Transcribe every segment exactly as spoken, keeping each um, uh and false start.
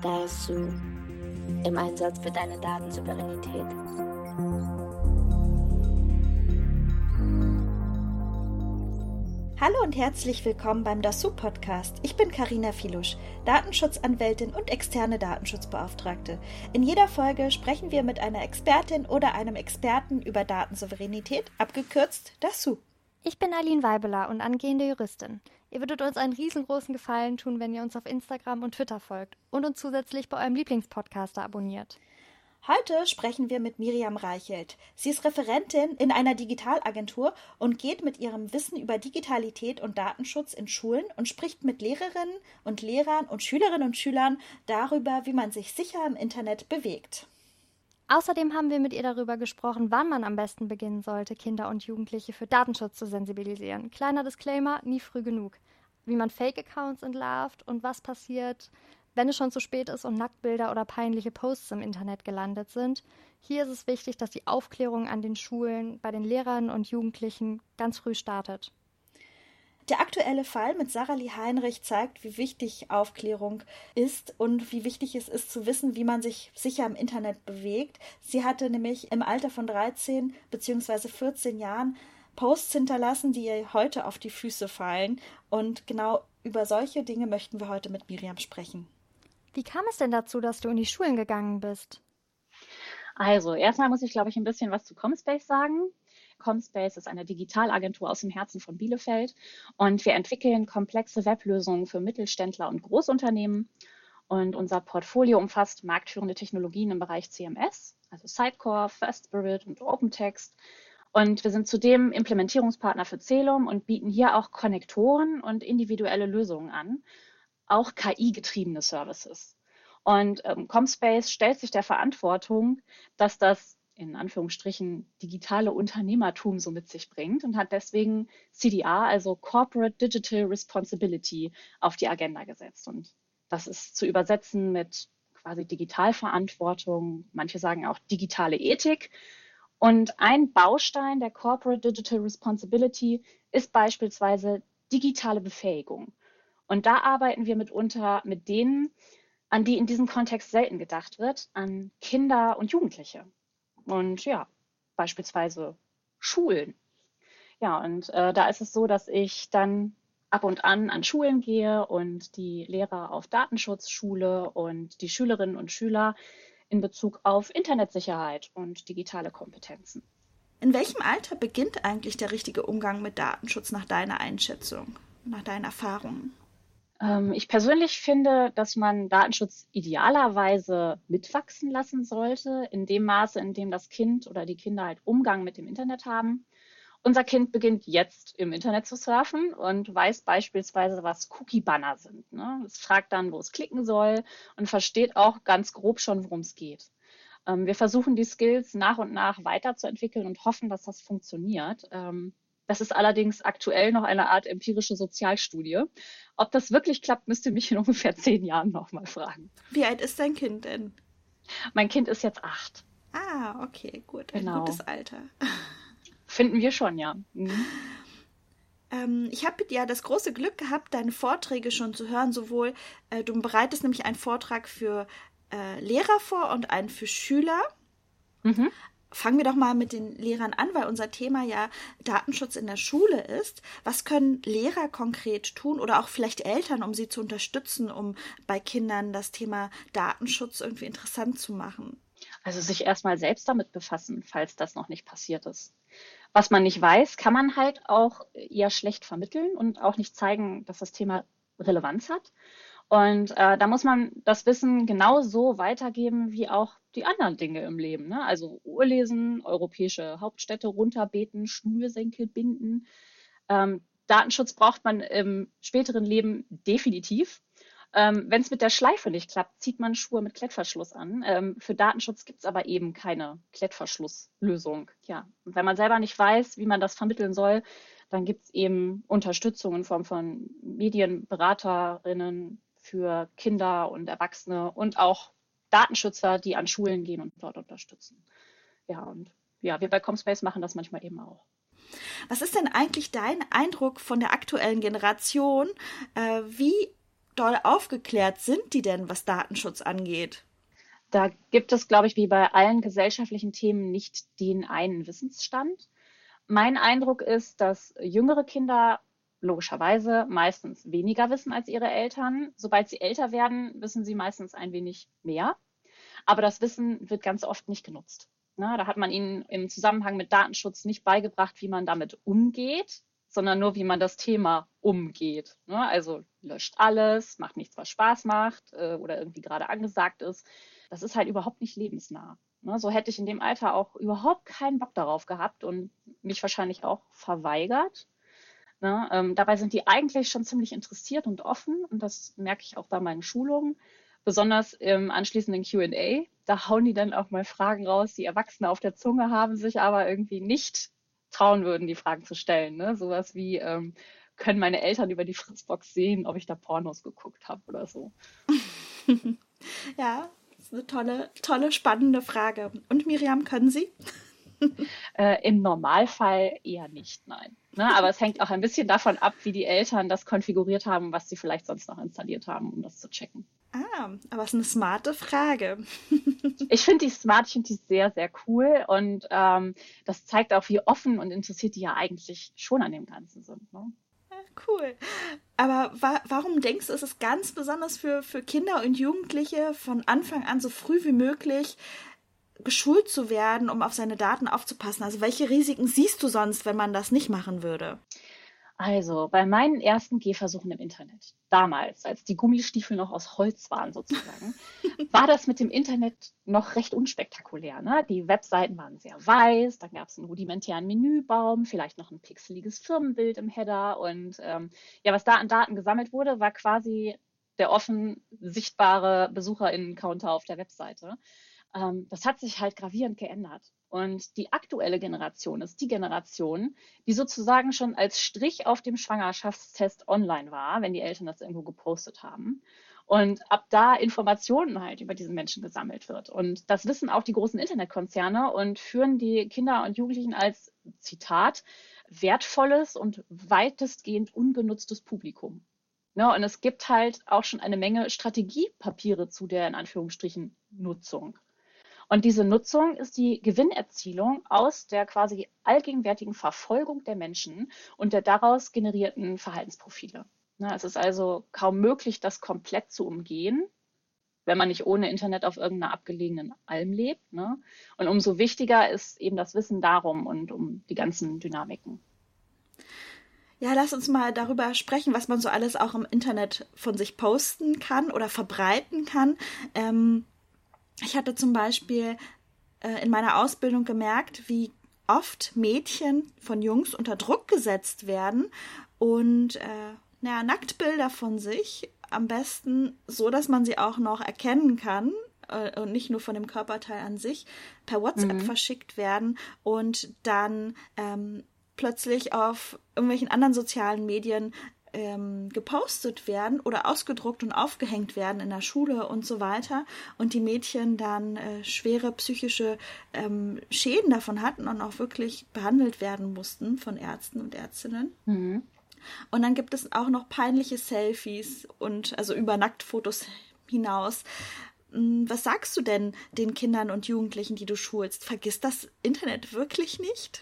Dasu im Einsatz für deine Datensouveränität. Hallo und herzlich willkommen beim Dasu-Podcast. Ich bin Carina Filusch, Datenschutzanwältin und externe Datenschutzbeauftragte. In jeder Folge sprechen wir mit einer Expertin oder einem Experten über Datensouveränität, abgekürzt Dasu. Ich bin Aline Weibeler und angehende Juristin. Ihr würdet uns einen riesengroßen Gefallen tun, wenn ihr uns auf Instagram und Twitter folgt und uns zusätzlich bei eurem Lieblingspodcaster abonniert. Heute sprechen wir mit Miriam Reichelt. Sie ist Referentin in einer Digitalagentur und geht mit ihrem Wissen über Digitalität und Datenschutz in Schulen und spricht mit Lehrerinnen und Lehrern und Schülerinnen und Schülern darüber, wie man sich sicher im Internet bewegt. Außerdem haben wir mit ihr darüber gesprochen, wann man am besten beginnen sollte, Kinder und Jugendliche für Datenschutz zu sensibilisieren. Kleiner Disclaimer, nie früh genug. Wie man Fake-Accounts entlarvt und was passiert, wenn es schon zu spät ist und Nacktbilder oder peinliche Posts im Internet gelandet sind. Hier ist es wichtig, dass die Aufklärung an den Schulen, bei den Lehrern und Jugendlichen ganz früh startet. Der aktuelle Fall mit Saralie Heinrich zeigt, wie wichtig Aufklärung ist und wie wichtig es ist zu wissen, wie man sich sicher im Internet bewegt. Sie hatte nämlich im Alter von dreizehn bzw. vierzehn Jahren Posts hinterlassen, die ihr heute auf die Füße fallen. Und genau über solche Dinge möchten wir heute mit Miriam sprechen. Wie kam es denn dazu, dass du in die Schulen gegangen bist? Also, erstmal muss ich, glaube ich, ein bisschen was zu Comspace sagen. Comspace ist eine Digitalagentur aus dem Herzen von Bielefeld und wir entwickeln komplexe Weblösungen für Mittelständler und Großunternehmen. Und unser Portfolio umfasst marktführende Technologien im Bereich C M S, also Sitecore, FastSpirit und OpenText. Und wir sind zudem Implementierungspartner für Celum und bieten hier auch Konnektoren und individuelle Lösungen an, auch K I-getriebene Services. Und ähm, Comspace stellt sich der Verantwortung, dass das in Anführungsstrichen digitale Unternehmertum so mit sich bringt und hat deswegen C D R, also Corporate Digital Responsibility, auf die Agenda gesetzt. Und das ist zu übersetzen mit quasi Digitalverantwortung, manche sagen auch digitale Ethik. Und ein Baustein der Corporate Digital Responsibility ist beispielsweise digitale Befähigung. Und da arbeiten wir mitunter mit denen, an die in diesem Kontext selten gedacht wird, an Kinder und Jugendliche. Und ja, beispielsweise Schulen. Ja, und äh, da ist es so, dass ich dann ab und an an Schulen gehe und die Lehrer auf Datenschutz schule und die Schülerinnen und Schüler in Bezug auf Internetsicherheit und digitale Kompetenzen. In welchem Alter beginnt eigentlich der richtige Umgang mit Datenschutz nach deiner Einschätzung, nach deinen Erfahrungen? Ich persönlich finde, dass man Datenschutz idealerweise mitwachsen lassen sollte, in dem Maße, in dem das Kind oder die Kinder halt Umgang mit dem Internet haben. Unser Kind beginnt jetzt im Internet zu surfen und weiß beispielsweise, was Cookie-Banner sind, ne? Es fragt dann, wo es klicken soll und versteht auch ganz grob schon, worum es geht. Wir versuchen die Skills nach und nach weiterzuentwickeln und hoffen, dass das funktioniert. Das ist allerdings aktuell noch eine Art empirische Sozialstudie. Ob das wirklich klappt, müsst ihr mich in ungefähr zehn Jahren nochmal fragen. Wie alt ist dein Kind denn? Mein Kind ist jetzt acht. Ah, okay, gut. Ein Genau. Gutes Alter. Finden wir schon, ja. Mhm. Ähm, ich habe ja das große Glück gehabt, deine Vorträge schon zu hören. Sowohl, äh, du bereitest nämlich einen Vortrag für äh, Lehrer vor und einen für Schüler. Mhm. Fangen wir doch mal mit den Lehrern an, weil unser Thema ja Datenschutz in der Schule ist. Was können Lehrer konkret tun oder auch vielleicht Eltern, um sie zu unterstützen, um bei Kindern das Thema Datenschutz irgendwie interessant zu machen? Also sich erstmal selbst damit befassen, falls das noch nicht passiert ist. Was man nicht weiß, kann man halt auch eher schlecht vermitteln und auch nicht zeigen, dass das Thema Relevanz hat. Und äh, da muss man das Wissen genauso weitergeben wie auch die anderen Dinge im Leben, ne? Also Uhr lesen, europäische Hauptstädte runterbeten, Schnürsenkel binden. Ähm, Datenschutz braucht man im späteren Leben definitiv. Ähm, Wenn es mit der Schleife nicht klappt, zieht man Schuhe mit Klettverschluss an. Ähm, für Datenschutz gibt es aber eben keine Klettverschlusslösung. Ja, und wenn man selber nicht weiß, wie man das vermitteln soll, dann gibt es eben Unterstützung in Form von Medienberaterinnen für Kinder und Erwachsene und auch Datenschützer, die an Schulen gehen und dort unterstützen. Ja, und ja, wir bei Comspace machen das manchmal eben auch. Was ist denn eigentlich dein Eindruck von der aktuellen Generation? Äh, wie doll aufgeklärt sind die denn, was Datenschutz angeht? Da gibt es, glaube ich, wie bei allen gesellschaftlichen Themen nicht den einen Wissensstand. Mein Eindruck ist, dass jüngere Kinder logischerweise meistens weniger wissen als ihre Eltern. Sobald sie älter werden, wissen sie meistens ein wenig mehr. Aber das Wissen wird ganz oft nicht genutzt. Na, da hat man ihnen im Zusammenhang mit Datenschutz nicht beigebracht, wie man damit umgeht, sondern nur, wie man das Thema umgeht. Na, also löscht alles, macht nichts, was Spaß macht äh, oder irgendwie gerade angesagt ist. Das ist halt überhaupt nicht lebensnah. Ne, so hätte ich in dem Alter auch überhaupt keinen Bock darauf gehabt und mich wahrscheinlich auch verweigert. Ne, ähm, dabei sind die eigentlich schon ziemlich interessiert und offen und das merke ich auch bei meinen Schulungen. Besonders im anschließenden Q and A, da hauen die dann auch mal Fragen raus, die Erwachsene auf der Zunge haben, sich aber irgendwie nicht trauen würden, die Fragen zu stellen. Ne? Sowas wie, ähm, können meine Eltern über die Fritzbox sehen, ob ich da Pornos geguckt habe oder so. Ja, das ist eine tolle, tolle, spannende Frage. Und Miriam, können Sie? Äh, Im Normalfall eher nicht, nein. Ne? Aber es hängt auch ein bisschen davon ab, wie die Eltern das konfiguriert haben, was sie vielleicht sonst noch installiert haben, um das zu checken. Ah, aber es ist eine smarte Frage. Ich finde die smart, ich finde die sehr, sehr cool und ähm, das zeigt auch, wie offen und interessiert die ja eigentlich schon an dem Ganzen sind. Ne? Cool. Aber wa- warum denkst du, ist es ganz besonders für, für Kinder und Jugendliche von Anfang an so früh wie möglich geschult zu werden, um auf seine Daten aufzupassen? Also welche Risiken siehst du sonst, wenn man das nicht machen würde? Also bei meinen ersten Gehversuchen im Internet, damals, als die Gummistiefel noch aus Holz waren sozusagen, war das mit dem Internet noch recht unspektakulär. Ne? Die Webseiten waren sehr weiß, dann gab es einen rudimentären Menübaum, vielleicht noch ein pixeliges Firmenbild im Header und ähm, ja, was da an Daten gesammelt wurde, war quasi der offen sichtbare BesucherInnen-Counter auf der Webseite. Ähm, das hat sich halt gravierend geändert. Und die aktuelle Generation ist die Generation, die sozusagen schon als Strich auf dem Schwangerschaftstest online war, wenn die Eltern das irgendwo gepostet haben. Und ab da Informationen halt über diesen Menschen gesammelt wird. Und das wissen auch die großen Internetkonzerne und führen die Kinder und Jugendlichen als, Zitat, wertvolles und weitestgehend ungenutztes Publikum. Ne, und es gibt halt auch schon eine Menge Strategiepapiere zu der in Anführungsstrichen Nutzung. Und diese Nutzung ist die Gewinnerzielung aus der quasi allgegenwärtigen Verfolgung der Menschen und der daraus generierten Verhaltensprofile. Na, es ist also kaum möglich, das komplett zu umgehen, wenn man nicht ohne Internet auf irgendeiner abgelegenen Alm lebt. Ne? Und umso wichtiger ist eben das Wissen darum und um die ganzen Dynamiken. Ja, lass uns mal darüber sprechen, was man so alles auch im Internet von sich posten kann oder verbreiten kann. Ähm, ich hatte zum Beispiel äh, in meiner Ausbildung gemerkt, wie oft Mädchen von Jungs unter Druck gesetzt werden und äh, naja, Nacktbilder von sich, am besten so, dass man sie auch noch erkennen kann äh, und nicht nur von dem Körperteil an sich, per WhatsApp mhm. verschickt werden und dann ähm, plötzlich auf irgendwelchen anderen sozialen Medien ähm, gepostet werden oder ausgedruckt und aufgehängt werden in der Schule und so weiter und die Mädchen dann äh, schwere psychische ähm, Schäden davon hatten und auch wirklich behandelt werden mussten von Ärzten und Ärztinnen. Mhm. Und dann gibt es auch noch peinliche Selfies und also über Nacktfotos hinaus. Was sagst du denn den Kindern und Jugendlichen, die du schulst? Vergiss das Internet wirklich nicht?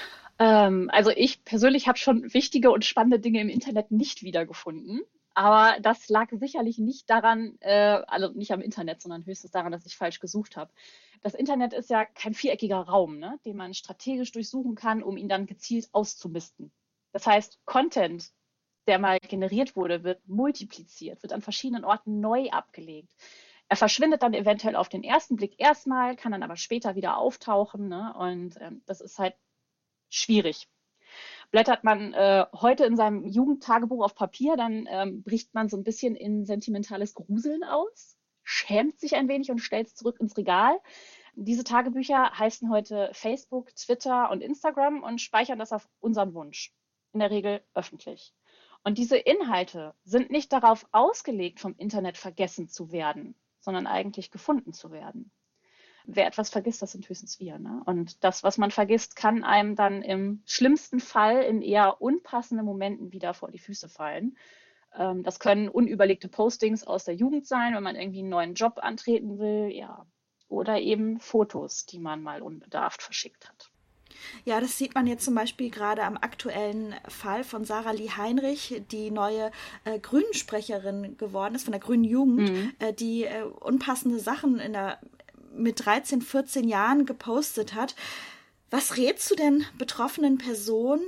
Ähm, also ich persönlich habe schon wichtige und spannende Dinge im Internet nicht wiedergefunden. Aber das lag sicherlich nicht daran, äh, also nicht am Internet, sondern höchstens daran, dass ich falsch gesucht habe. Das Internet ist ja kein viereckiger Raum, ne, den man strategisch durchsuchen kann, um ihn dann gezielt auszumisten. Das heißt, Content, der mal generiert wurde, wird multipliziert, wird an verschiedenen Orten neu abgelegt. Er verschwindet dann eventuell auf den ersten Blick erstmal, kann dann aber später wieder auftauchen. Ne? Und ähm, das ist halt schwierig. Blättert man äh, heute in seinem Jugendtagebuch auf Papier, dann ähm, bricht man so ein bisschen in sentimentales Gruseln aus, schämt sich ein wenig und stellt es zurück ins Regal. Diese Tagebücher heißen heute Facebook, Twitter und Instagram und speichern das auf unseren Wunsch. In der Regel öffentlich. Und diese Inhalte sind nicht darauf ausgelegt, vom Internet vergessen zu werden, sondern eigentlich gefunden zu werden. Wer etwas vergisst, das sind höchstens wir. Ne? Und das, was man vergisst, kann einem dann im schlimmsten Fall in eher unpassenden Momenten wieder vor die Füße fallen. Ähm, das können unüberlegte Postings aus der Jugend sein, wenn man irgendwie einen neuen Job antreten will, ja. Oder eben Fotos, die man mal unbedarft verschickt hat. Ja, das sieht man jetzt zum Beispiel gerade am aktuellen Fall von Sarah Lee Heinrich, die neue äh, Grünen-Sprecherin geworden ist, von der Grünen Jugend, mhm. äh, die äh, unpassende Sachen in der, mit dreizehn, vierzehn Jahren gepostet hat. Was rätst du denn betroffenen Personen,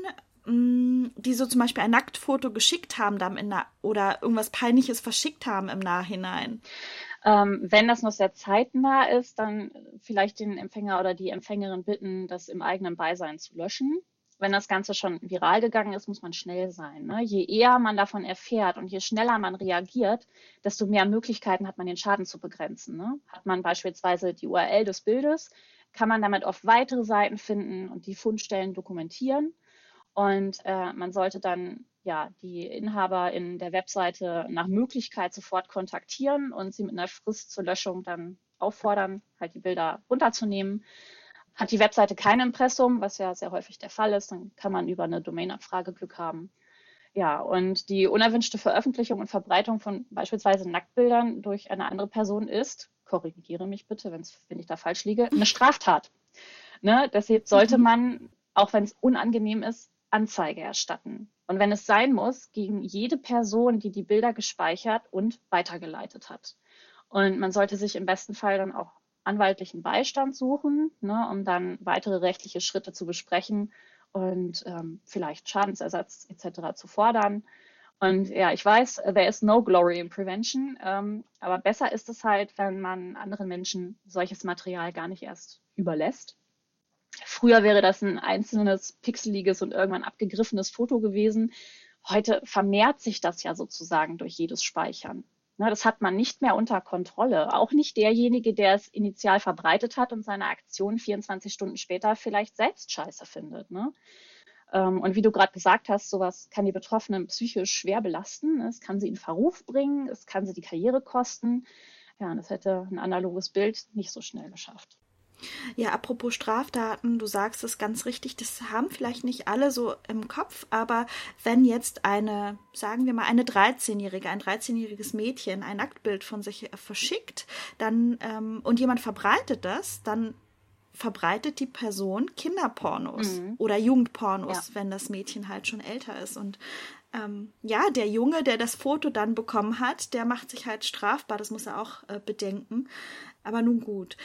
mh, die so zum Beispiel ein Nacktfoto geschickt haben dann in der, oder irgendwas Peinliches verschickt haben im Nachhinein? Ähm, wenn das noch sehr zeitnah ist, dann vielleicht den Empfänger oder die Empfängerin bitten, das im eigenen Beisein zu löschen. Wenn das Ganze schon viral gegangen ist, muss man schnell sein. Ne? Je eher man davon erfährt und je schneller man reagiert, desto mehr Möglichkeiten hat man, den Schaden zu begrenzen. Ne? Hat man beispielsweise die U R L des Bildes, kann man damit auf weitere Seiten finden und die Fundstellen dokumentieren. Und äh, man sollte dann ja die Inhaber in der Webseite nach Möglichkeit sofort kontaktieren und sie mit einer Frist zur Löschung dann auffordern, halt die Bilder runterzunehmen. Hat die Webseite kein Impressum, was ja sehr häufig der Fall ist, dann kann man über eine Domainabfrage Glück haben. Ja, und die unerwünschte Veröffentlichung und Verbreitung von beispielsweise Nacktbildern durch eine andere Person ist, korrigiere mich bitte, wenn's, wenn ich da falsch liege, eine Straftat. Ne? Deshalb sollte man, auch wenn es unangenehm ist, Anzeige erstatten. Und wenn es sein muss, gegen jede Person, die die Bilder gespeichert und weitergeleitet hat. Und man sollte sich im besten Fall dann auch anwaltlichen Beistand suchen, ne, um dann weitere rechtliche Schritte zu besprechen und ähm, vielleicht Schadensersatz et cetera zu fordern. Und ja, ich weiß, there is no glory in prevention, ähm, aber besser ist es halt, wenn man anderen Menschen solches Material gar nicht erst überlässt. Früher wäre das ein einzelnes, pixeliges und irgendwann abgegriffenes Foto gewesen. Heute vermehrt sich das ja sozusagen durch jedes Speichern. Na, das hat man nicht mehr unter Kontrolle. Auch nicht derjenige, der es initial verbreitet hat und seine Aktion vierundzwanzig Stunden später vielleicht selbst scheiße findet. Ne? Und wie du gerade gesagt hast, sowas kann die Betroffenen psychisch schwer belasten. Es kann sie in Verruf bringen, es kann sie die Karriere kosten. Ja, und das hätte ein analoges Bild nicht so schnell geschafft. Ja, apropos Straftaten, du sagst es ganz richtig, das haben vielleicht nicht alle so im Kopf, aber wenn jetzt eine, sagen wir mal, eine dreizehnjährige, ein dreizehnjähriges Mädchen ein Nacktbild von sich verschickt, dann ähm, und jemand verbreitet das, dann verbreitet die Person Kinderpornos mhm. oder Jugendpornos, ja. wenn das Mädchen halt schon älter ist. Und ähm, ja, der Junge, der das Foto dann bekommen hat, der macht sich halt strafbar, das muss er auch äh, bedenken. Aber nun gut.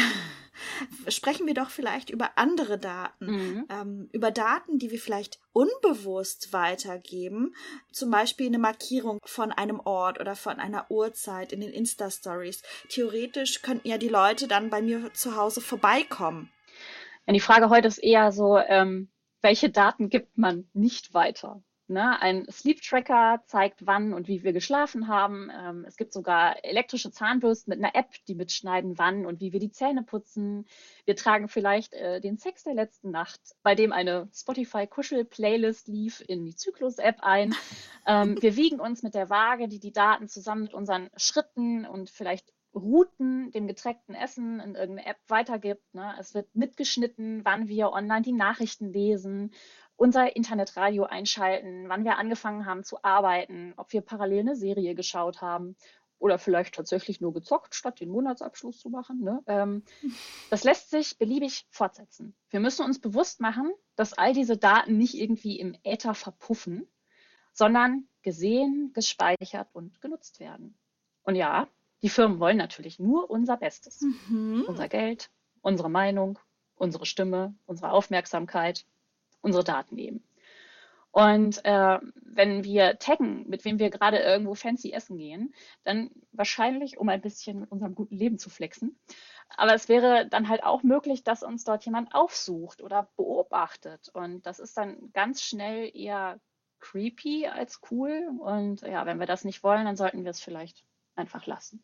Sprechen wir doch vielleicht über andere Daten, mhm. ähm, über Daten, die wir vielleicht unbewusst weitergeben, zum Beispiel eine Markierung von einem Ort oder von einer Uhrzeit in den Insta-Stories. Theoretisch könnten ja die Leute dann bei mir zu Hause vorbeikommen. Ja, die Frage heute ist eher so, ähm, welche Daten gibt man nicht weiter? Ne? Ein Sleep-Tracker zeigt, wann und wie wir geschlafen haben. Ähm, es gibt sogar elektrische Zahnbürsten mit einer App, die mitschneiden, wann und wie wir die Zähne putzen. Wir tragen vielleicht äh, den Sex der letzten Nacht, bei dem eine Spotify-Kuschel-Playlist lief, in die Zyklus-App ein. Ähm, wir wiegen uns mit der Waage, die die Daten zusammen mit unseren Schritten und vielleicht Routen, dem getrackten Essen in irgendeine App weitergibt. Ne? Es wird mitgeschnitten, wann wir online die Nachrichten lesen, unser Internetradio einschalten, wann wir angefangen haben zu arbeiten, ob wir parallel eine Serie geschaut haben oder vielleicht tatsächlich nur gezockt, statt den Monatsabschluss zu machen. Ne? Ähm, das lässt sich beliebig fortsetzen. Wir müssen uns bewusst machen, dass all diese Daten nicht irgendwie im Äther verpuffen, sondern gesehen, gespeichert und genutzt werden. Und ja, die Firmen wollen natürlich nur unser Bestes. Mhm. Unser Geld, unsere Meinung, unsere Stimme, unsere Aufmerksamkeit, unsere Daten eben. Und äh, wenn wir taggen, mit wem wir gerade irgendwo fancy essen gehen, dann wahrscheinlich, um ein bisschen mit unserem guten Leben zu flexen. Aber es wäre dann halt auch möglich, dass uns dort jemand aufsucht oder beobachtet. Und das ist dann ganz schnell eher creepy als cool. Und ja, wenn wir das nicht wollen, dann sollten wir es vielleicht einfach lassen.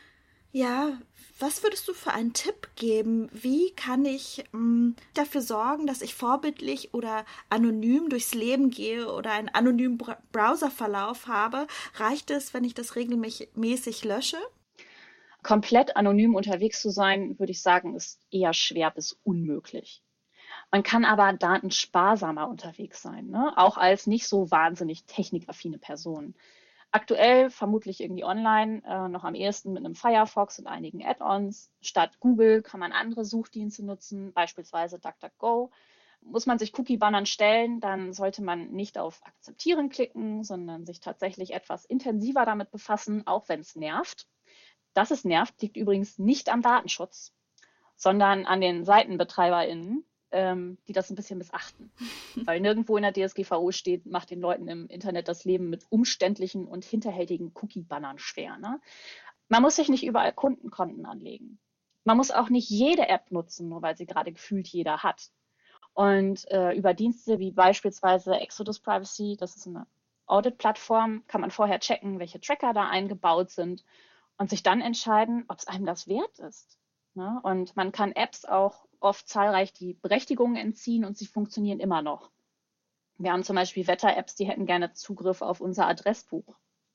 Ja, was würdest du für einen Tipp geben? Wie kann ich mh, dafür sorgen, dass ich vorbildlich oder anonym durchs Leben gehe oder einen anonymen Bra- Browserverlauf habe? Reicht es, wenn ich das regelmäßig lösche? Komplett anonym unterwegs zu sein, würde ich sagen, ist eher schwer bis unmöglich. Man kann aber datensparsamer unterwegs sein, ne? Auch als nicht so wahnsinnig technikaffine Person. Aktuell vermutlich irgendwie online, äh, noch am ehesten mit einem Firefox und einigen Add-ons. Statt Google kann man andere Suchdienste nutzen, beispielsweise DuckDuckGo. Muss man sich Cookie-Bannern stellen, dann sollte man nicht auf Akzeptieren klicken, sondern sich tatsächlich etwas intensiver damit befassen, auch wenn es nervt. Dass es nervt, liegt übrigens nicht am Datenschutz, sondern an den SeitenbetreiberInnen, ähm, die das ein bisschen missachten. Weil nirgendwo in der D S G V O steht, macht den Leuten im Internet das Leben mit umständlichen und hinterhältigen Cookie-Bannern schwer. Ne? Man muss sich nicht überall Kundenkonten anlegen. Man muss auch nicht jede App nutzen, nur weil sie gerade gefühlt jeder hat. Und äh, über Dienste wie beispielsweise Exodus Privacy, das ist eine Audit-Plattform, kann man vorher checken, welche Tracker da eingebaut sind und sich dann entscheiden, ob es einem das wert ist. Ne? Und man kann Apps auch oft zahlreich die Berechtigungen entziehen und sie funktionieren immer noch. Wir haben zum Beispiel Wetter-Apps, die hätten gerne Zugriff auf unser Adressbuch.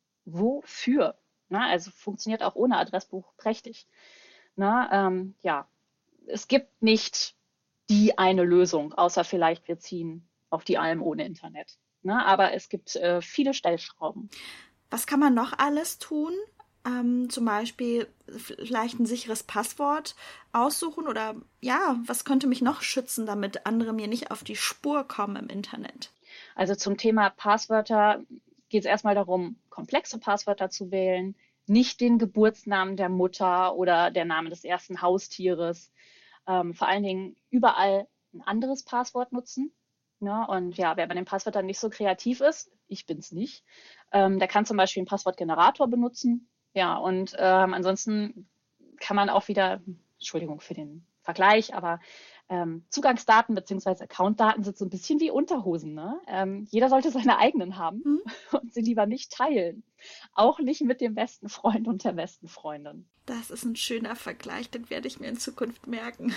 Wofür? Ne? Also funktioniert auch ohne Adressbuch prächtig. Ne? Ähm, ja, es gibt nicht die eine Lösung, außer vielleicht wir ziehen auf die Alm ohne Internet. Ne? Aber es gibt äh, viele Stellschrauben. Was kann man noch alles tun? Ähm, zum Beispiel vielleicht ein sicheres Passwort aussuchen oder ja, was könnte mich noch schützen, damit andere mir nicht auf die Spur kommen im Internet? Also zum Thema Passwörter geht es erstmal darum, komplexe Passwörter zu wählen, nicht den Geburtsnamen der Mutter oder der Name des ersten Haustieres. Ähm, vor allen Dingen überall ein anderes Passwort nutzen. Ne? Und ja, wer bei den Passwörtern nicht so kreativ ist, ich bin es nicht, ähm, der kann zum Beispiel einen Passwortgenerator benutzen. Ja, und ähm, ansonsten kann man auch wieder, Entschuldigung für den Vergleich, aber ähm, Zugangsdaten bzw. Accountdaten sind so ein bisschen wie Unterhosen. Ne? Ähm, jeder sollte seine eigenen haben hm? und sie lieber nicht teilen. Auch nicht mit dem besten Freund und der besten Freundin. Das ist ein schöner Vergleich, den werde ich mir in Zukunft merken.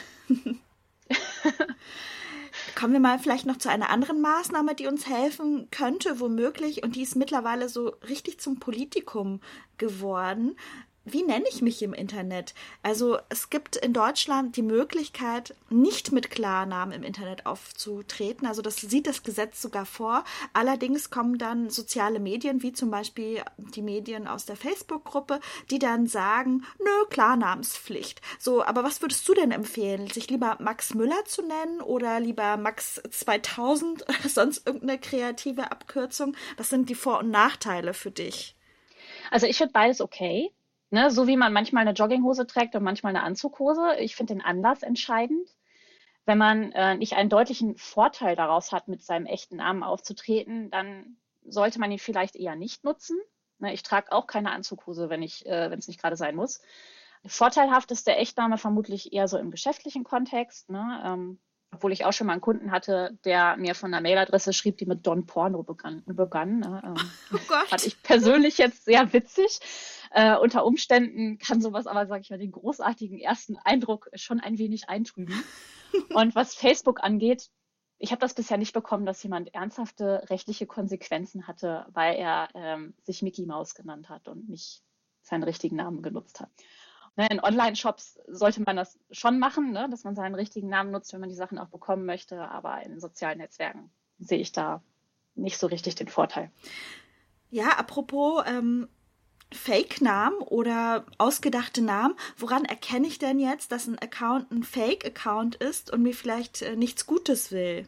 Kommen wir mal vielleicht noch zu einer anderen Maßnahme, die uns helfen könnte, womöglich, und die ist mittlerweile so richtig zum Politikum geworden. Wie nenne ich mich im Internet? Also es gibt in Deutschland die Möglichkeit, nicht mit Klarnamen im Internet aufzutreten. Also das sieht das Gesetz sogar vor. Allerdings kommen dann soziale Medien, wie zum Beispiel die Medien aus der Facebook-Gruppe, die dann sagen, nö, Klarnamenspflicht. So, aber was würdest du denn empfehlen? Sich lieber Max Müller zu nennen oder lieber Max zweitausend oder sonst irgendeine kreative Abkürzung? Was sind die Vor- und Nachteile für dich? Also ich finde beides okay. Ne, so wie man manchmal eine Jogginghose trägt und manchmal eine Anzughose. Ich finde den Anlass entscheidend. Wenn man äh, nicht einen deutlichen Vorteil daraus hat, mit seinem echten Namen aufzutreten, dann sollte man ihn vielleicht eher nicht nutzen. Ne, ich trage auch keine Anzughose, wenn ich, äh, wenn es nicht gerade sein muss. Vorteilhaft ist der Echtname vermutlich eher so im geschäftlichen Kontext. Ne? Ähm, obwohl ich auch schon mal einen Kunden hatte, der mir von einer Mailadresse schrieb, die mit Don Porno begann. begann ne? ähm, oh Gott. Fand ich persönlich jetzt sehr witzig. Äh, unter Umständen kann sowas aber, sage ich mal, den großartigen ersten Eindruck schon ein wenig eintrüben. Und was Facebook angeht, ich habe das bisher nicht bekommen, dass jemand ernsthafte rechtliche Konsequenzen hatte, weil er ähm, sich Mickey Mouse genannt hat und nicht seinen richtigen Namen genutzt hat. Ne, in Online-Shops sollte man das schon machen, ne, dass man seinen richtigen Namen nutzt, wenn man die Sachen auch bekommen möchte. Aber in sozialen Netzwerken sehe ich da nicht so richtig den Vorteil. Ja, apropos ähm, Fake-Namen oder ausgedachte Namen, woran erkenne ich denn jetzt, dass ein Account ein Fake-Account ist und mir vielleicht äh, nichts Gutes will?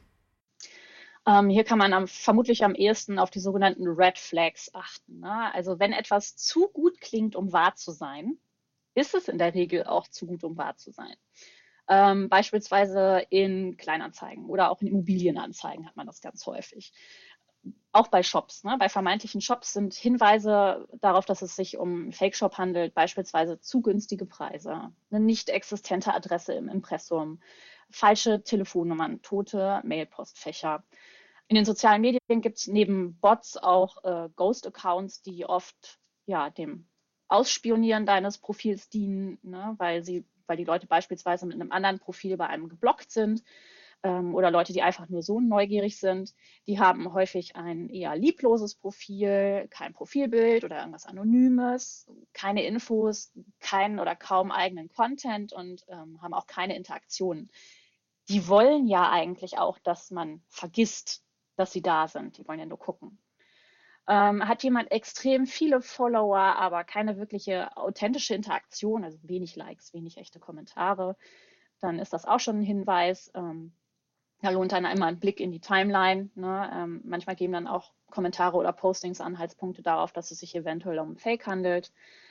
Ähm, hier kann man am, vermutlich am ehesten auf die sogenannten Red Flags achten. Ne? Also wenn etwas zu gut klingt, um wahr zu sein, ist es in der Regel auch zu gut, um wahr zu sein. Ähm, beispielsweise in Kleinanzeigen oder auch in Immobilienanzeigen hat man das ganz häufig. Auch bei Shops. Ne? Bei vermeintlichen Shops sind Hinweise darauf, dass es sich um einen Fake-Shop handelt, beispielsweise zu günstige Preise, eine nicht existente Adresse im Impressum, falsche Telefonnummern, tote Mailpostfächer. In den sozialen Medien gibt es neben Bots auch äh, Ghost-Accounts, die oft ja, dem Ausspionieren deines Profils dienen, ne? weil, sie, weil die Leute beispielsweise mit einem anderen Profil bei einem geblockt sind. Oder Leute, die einfach nur so neugierig sind, die haben häufig ein eher liebloses Profil, kein Profilbild oder irgendwas Anonymes, keine Infos, keinen oder kaum eigenen Content und ähm, haben auch keine Interaktionen. Die wollen ja eigentlich auch, dass man vergisst, dass sie da sind. Die wollen ja nur gucken. Ähm, hat jemand extrem viele Follower, aber keine wirkliche authentische Interaktion, also wenig Likes, wenig echte Kommentare, dann ist das auch schon ein Hinweis. Ähm, da lohnt dann einmal ein Blick in die Timeline. Ne? Ähm, manchmal geben dann auch Kommentare oder Postings Anhaltspunkte darauf, dass es sich eventuell um Fake handelt.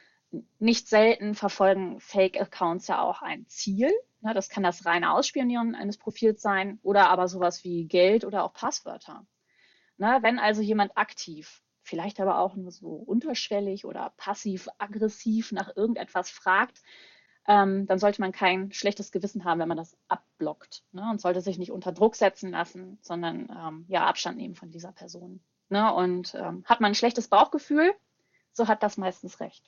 Nicht selten verfolgen Fake-Accounts ja auch ein Ziel. Ne? Das kann das reine Ausspionieren eines Profils sein oder aber sowas wie Geld oder auch Passwörter. Ne? Wenn also jemand aktiv, vielleicht aber auch nur so unterschwellig oder passiv-aggressiv nach irgendetwas fragt, ähm, dann sollte man kein schlechtes Gewissen haben, wenn man das abblockt, ne? Und sollte sich nicht unter Druck setzen lassen, sondern ähm, ja, Abstand nehmen von dieser Person. Ne? Und ähm, hat man ein schlechtes Bauchgefühl, so hat das meistens recht.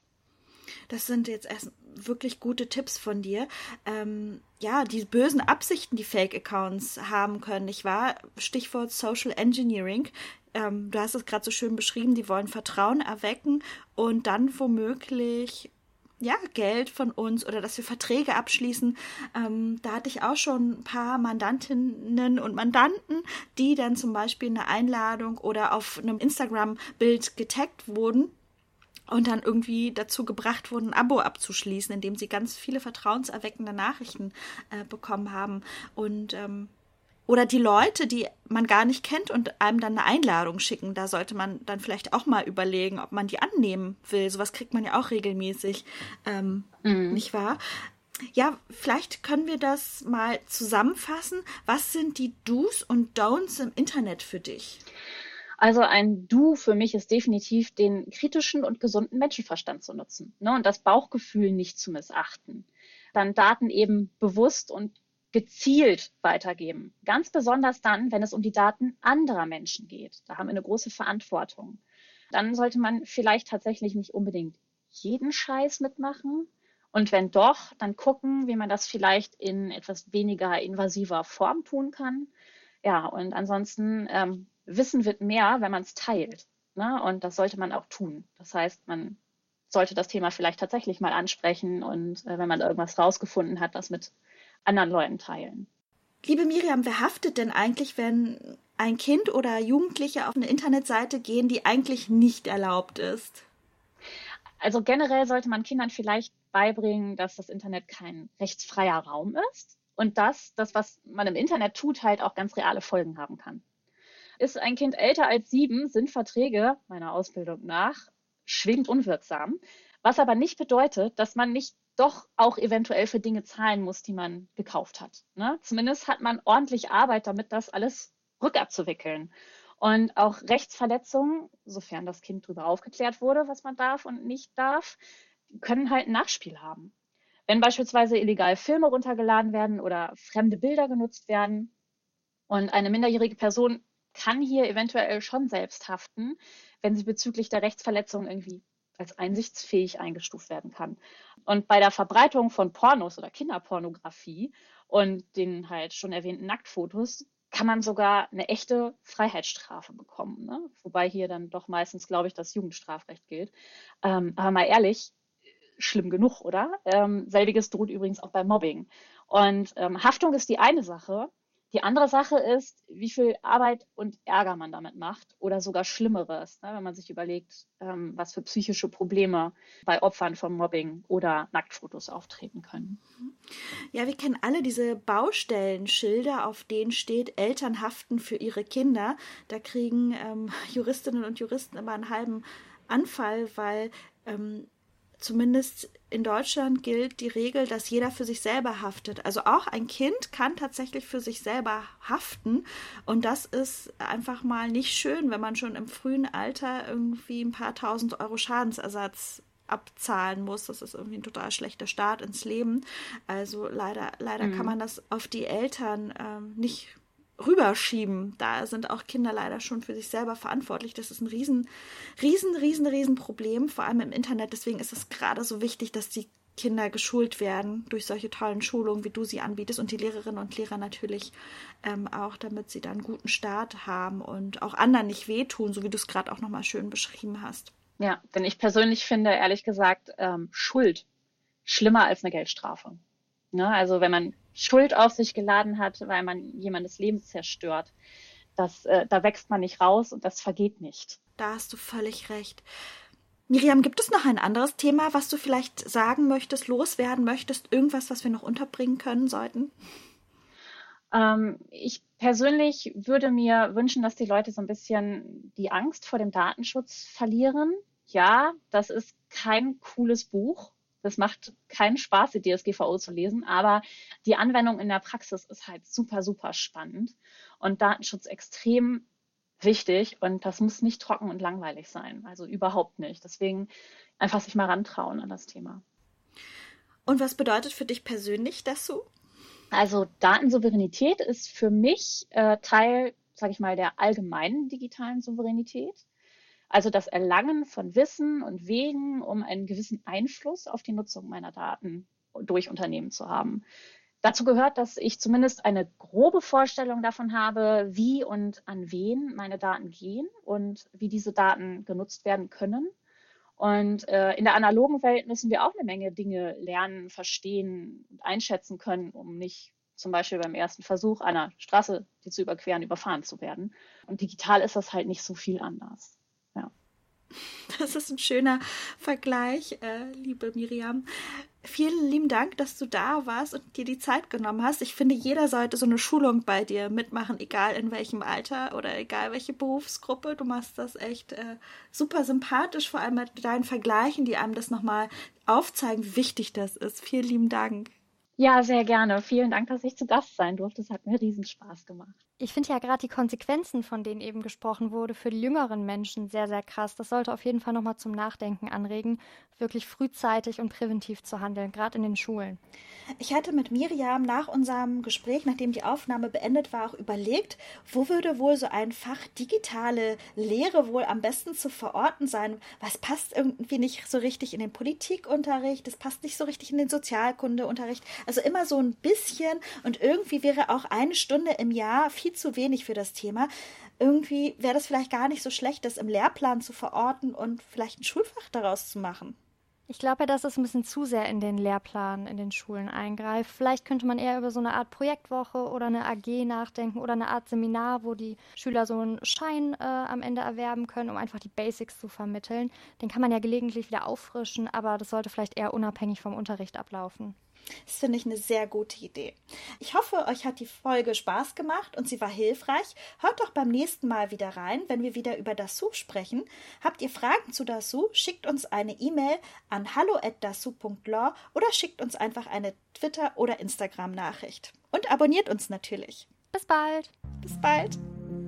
Das sind jetzt erst wirklich gute Tipps von dir. Ähm, ja, die bösen Absichten, die Fake-Accounts haben können, nicht wahr? Stichwort Social Engineering. Ähm, du hast es gerade so schön beschrieben, die wollen Vertrauen erwecken und dann womöglich ja, Geld von uns oder dass wir Verträge abschließen. Ähm, da hatte ich auch schon ein paar Mandantinnen und Mandanten, die dann zum Beispiel eine Einladung oder auf einem Instagram-Bild getaggt wurden und dann irgendwie dazu gebracht wurden, ein Abo abzuschließen, indem sie ganz viele vertrauenserweckende Nachrichten äh, bekommen haben. Und ähm, oder die Leute, die man gar nicht kennt und einem dann eine Einladung schicken, da sollte man dann vielleicht auch mal überlegen, ob man die annehmen will. Sowas kriegt man ja auch regelmäßig, ähm, mhm. nicht wahr? Ja, vielleicht können wir das mal zusammenfassen. Was sind die Do's und Don'ts im Internet für dich? Also ein Do für mich ist definitiv, den kritischen und gesunden Menschenverstand zu nutzen, ne, und das Bauchgefühl nicht zu missachten. Dann Daten eben bewusst und gezielt weitergeben. Ganz besonders dann, wenn es um die Daten anderer Menschen geht. Da haben wir eine große Verantwortung. Dann sollte man vielleicht tatsächlich nicht unbedingt jeden Scheiß mitmachen. Und wenn doch, dann gucken, wie man das vielleicht in etwas weniger invasiver Form tun kann. Ja, und ansonsten ähm, Wissen wird mehr, wenn man es teilt. Ne? Und das sollte man auch tun. Das heißt, man sollte das Thema vielleicht tatsächlich mal ansprechen und äh, wenn man irgendwas rausgefunden hat, das mit anderen Leuten teilen. Liebe Miriam, wer haftet denn eigentlich, wenn ein Kind oder Jugendliche auf eine Internetseite gehen, die eigentlich nicht erlaubt ist? Also generell sollte man Kindern vielleicht beibringen, dass das Internet kein rechtsfreier Raum ist und dass das, was man im Internet tut, halt auch ganz reale Folgen haben kann. Ist ein Kind älter als sieben, sind Verträge, meiner Ausbildung nach, schwingend unwirksam. Was aber nicht bedeutet, dass man nicht doch auch eventuell für Dinge zahlen muss, die man gekauft hat. Ne? Zumindest hat man ordentlich Arbeit damit, das alles rückabzuwickeln. Und auch Rechtsverletzungen, sofern das Kind darüber aufgeklärt wurde, was man darf und nicht darf, können halt ein Nachspiel haben. Wenn beispielsweise illegal Filme runtergeladen werden oder fremde Bilder genutzt werden und eine minderjährige Person kann hier eventuell schon selbst haften, wenn sie bezüglich der Rechtsverletzung irgendwie als einsichtsfähig eingestuft werden kann. Und bei der Verbreitung von Pornos oder Kinderpornografie und den halt schon erwähnten Nacktfotos kann man sogar eine echte Freiheitsstrafe bekommen, ne? Wobei hier dann doch meistens, glaube ich, das Jugendstrafrecht gilt. Ähm, aber mal ehrlich, schlimm genug, oder? Ähm, selbiges droht übrigens auch beim Mobbing. Und ähm, Haftung ist die eine Sache. Die andere Sache ist, wie viel Arbeit und Ärger man damit macht oder sogar Schlimmeres, ne, wenn man sich überlegt, ähm, was für psychische Probleme bei Opfern von Mobbing oder Nacktfotos auftreten können. Ja, wir kennen alle diese Baustellenschilder, auf denen steht, Eltern haften für ihre Kinder. Da kriegen ähm, Juristinnen und Juristen immer einen halben Anfall, weil ähm, zumindest in Deutschland gilt die Regel, dass jeder für sich selber haftet. Also auch ein Kind kann tatsächlich für sich selber haften. Und das ist einfach mal nicht schön, wenn man schon im frühen Alter irgendwie ein paar tausend Euro Schadensersatz abzahlen muss. Das ist irgendwie ein total schlechter Start ins Leben. Also leider, leider mhm. kann man das auf die Eltern ähm, nicht rüberschieben. Da sind auch Kinder leider schon für sich selber verantwortlich. Das ist ein riesen, riesen, riesen, riesen Problem, vor allem im Internet. Deswegen ist es gerade so wichtig, dass die Kinder geschult werden durch solche tollen Schulungen, wie du sie anbietest und die Lehrerinnen und Lehrer natürlich ähm, auch, damit sie dann einen guten Start haben und auch anderen nicht wehtun, so wie du es gerade auch nochmal schön beschrieben hast. Ja, denn ich persönlich finde, ehrlich gesagt, ähm, Schuld schlimmer als eine Geldstrafe. Ne? Also wenn man Schuld auf sich geladen hat, weil man jemandes Leben zerstört, Das, äh, da wächst man nicht raus und das vergeht nicht. Da hast du völlig recht. Miriam, gibt es noch ein anderes Thema, was du vielleicht sagen möchtest, loswerden möchtest? Irgendwas, was wir noch unterbringen können sollten? Ähm, ich persönlich würde mir wünschen, dass die Leute so ein bisschen die Angst vor dem Datenschutz verlieren. Ja, das ist kein cooles Buch. Das macht keinen Spaß, die D S G V O zu lesen, aber die Anwendung in der Praxis ist halt super, super spannend und Datenschutz extrem wichtig und das muss nicht trocken und langweilig sein, also überhaupt nicht. Deswegen einfach sich mal rantrauen an das Thema. Und was bedeutet für dich persönlich das so? Also Datensouveränität ist für mich äh, Teil, sage ich mal, der allgemeinen digitalen Souveränität. Also das Erlangen von Wissen und Wegen, um einen gewissen Einfluss auf die Nutzung meiner Daten durch Unternehmen zu haben. Dazu gehört, dass ich zumindest eine grobe Vorstellung davon habe, wie und an wen meine Daten gehen und wie diese Daten genutzt werden können. Und äh, in der analogen Welt müssen wir auch eine Menge Dinge lernen, verstehen und einschätzen können, um nicht zum Beispiel beim ersten Versuch einer Straße, die zu überqueren, überfahren zu werden. Und digital ist das halt nicht so viel anders. Ja. Das ist ein schöner Vergleich, äh, liebe Miriam. Vielen lieben Dank, dass du da warst und dir die Zeit genommen hast. Ich finde, jeder sollte so eine Schulung bei dir mitmachen, egal in welchem Alter oder egal welche Berufsgruppe. Du machst das echt äh, super sympathisch, vor allem mit deinen Vergleichen, die einem das nochmal aufzeigen, wie wichtig das ist. Vielen lieben Dank. Ja, sehr gerne. Vielen Dank, dass ich zu Gast sein durfte. Es hat mir riesen Spaß gemacht. Ich finde ja gerade die Konsequenzen, von denen eben gesprochen wurde, für die jüngeren Menschen sehr, sehr krass. Das sollte auf jeden Fall nochmal zum Nachdenken anregen, wirklich frühzeitig und präventiv zu handeln, gerade in den Schulen. Ich hatte mit Miriam nach unserem Gespräch, nachdem die Aufnahme beendet war, auch überlegt, wo würde wohl so ein Fach digitale Lehre wohl am besten zu verorten sein? Was passt irgendwie nicht so richtig in den Politikunterricht, das passt nicht so richtig in den Sozialkundeunterricht. Also immer so ein bisschen und irgendwie wäre auch eine Stunde im Jahr viel zu wenig für das Thema. Irgendwie wäre das vielleicht gar nicht so schlecht, das im Lehrplan zu verorten und vielleicht ein Schulfach daraus zu machen. Ich glaube ja, dass es ein bisschen zu sehr in den Lehrplan in den Schulen eingreift. Vielleicht könnte man eher über so eine Art Projektwoche oder eine A G nachdenken oder eine Art Seminar, wo die Schüler so einen Schein äh, am Ende erwerben können, um einfach die Basics zu vermitteln. Den kann man ja gelegentlich wieder auffrischen, aber das sollte vielleicht eher unabhängig vom Unterricht ablaufen. Das finde ich eine sehr gute Idee. Ich hoffe, euch hat die Folge Spaß gemacht und sie war hilfreich. Hört doch beim nächsten Mal wieder rein, wenn wir wieder über Dazoo sprechen. Habt ihr Fragen zu Dazoo? Schickt uns eine E-Mail an hallo at dazoo punkt law oder schickt uns einfach eine Twitter- oder Instagram-Nachricht. Und abonniert uns natürlich. Bis bald! Bis bald!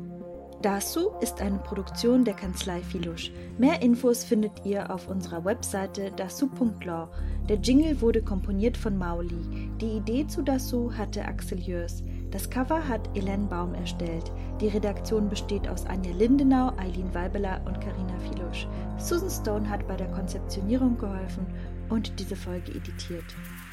Dazoo ist eine Produktion der Kanzlei Filusch. Mehr Infos findet ihr auf unserer Webseite dazoo punkt law. Der Jingle wurde komponiert von Mauli. Die Idee zu Dazoo hatte Axel Jörs. Das Cover hat Elaine Baum erstellt. Die Redaktion besteht aus Anja Lindenau, Eileen Weibeler und Carina Filusch. Susan Stone hat bei der Konzeptionierung geholfen und diese Folge editiert.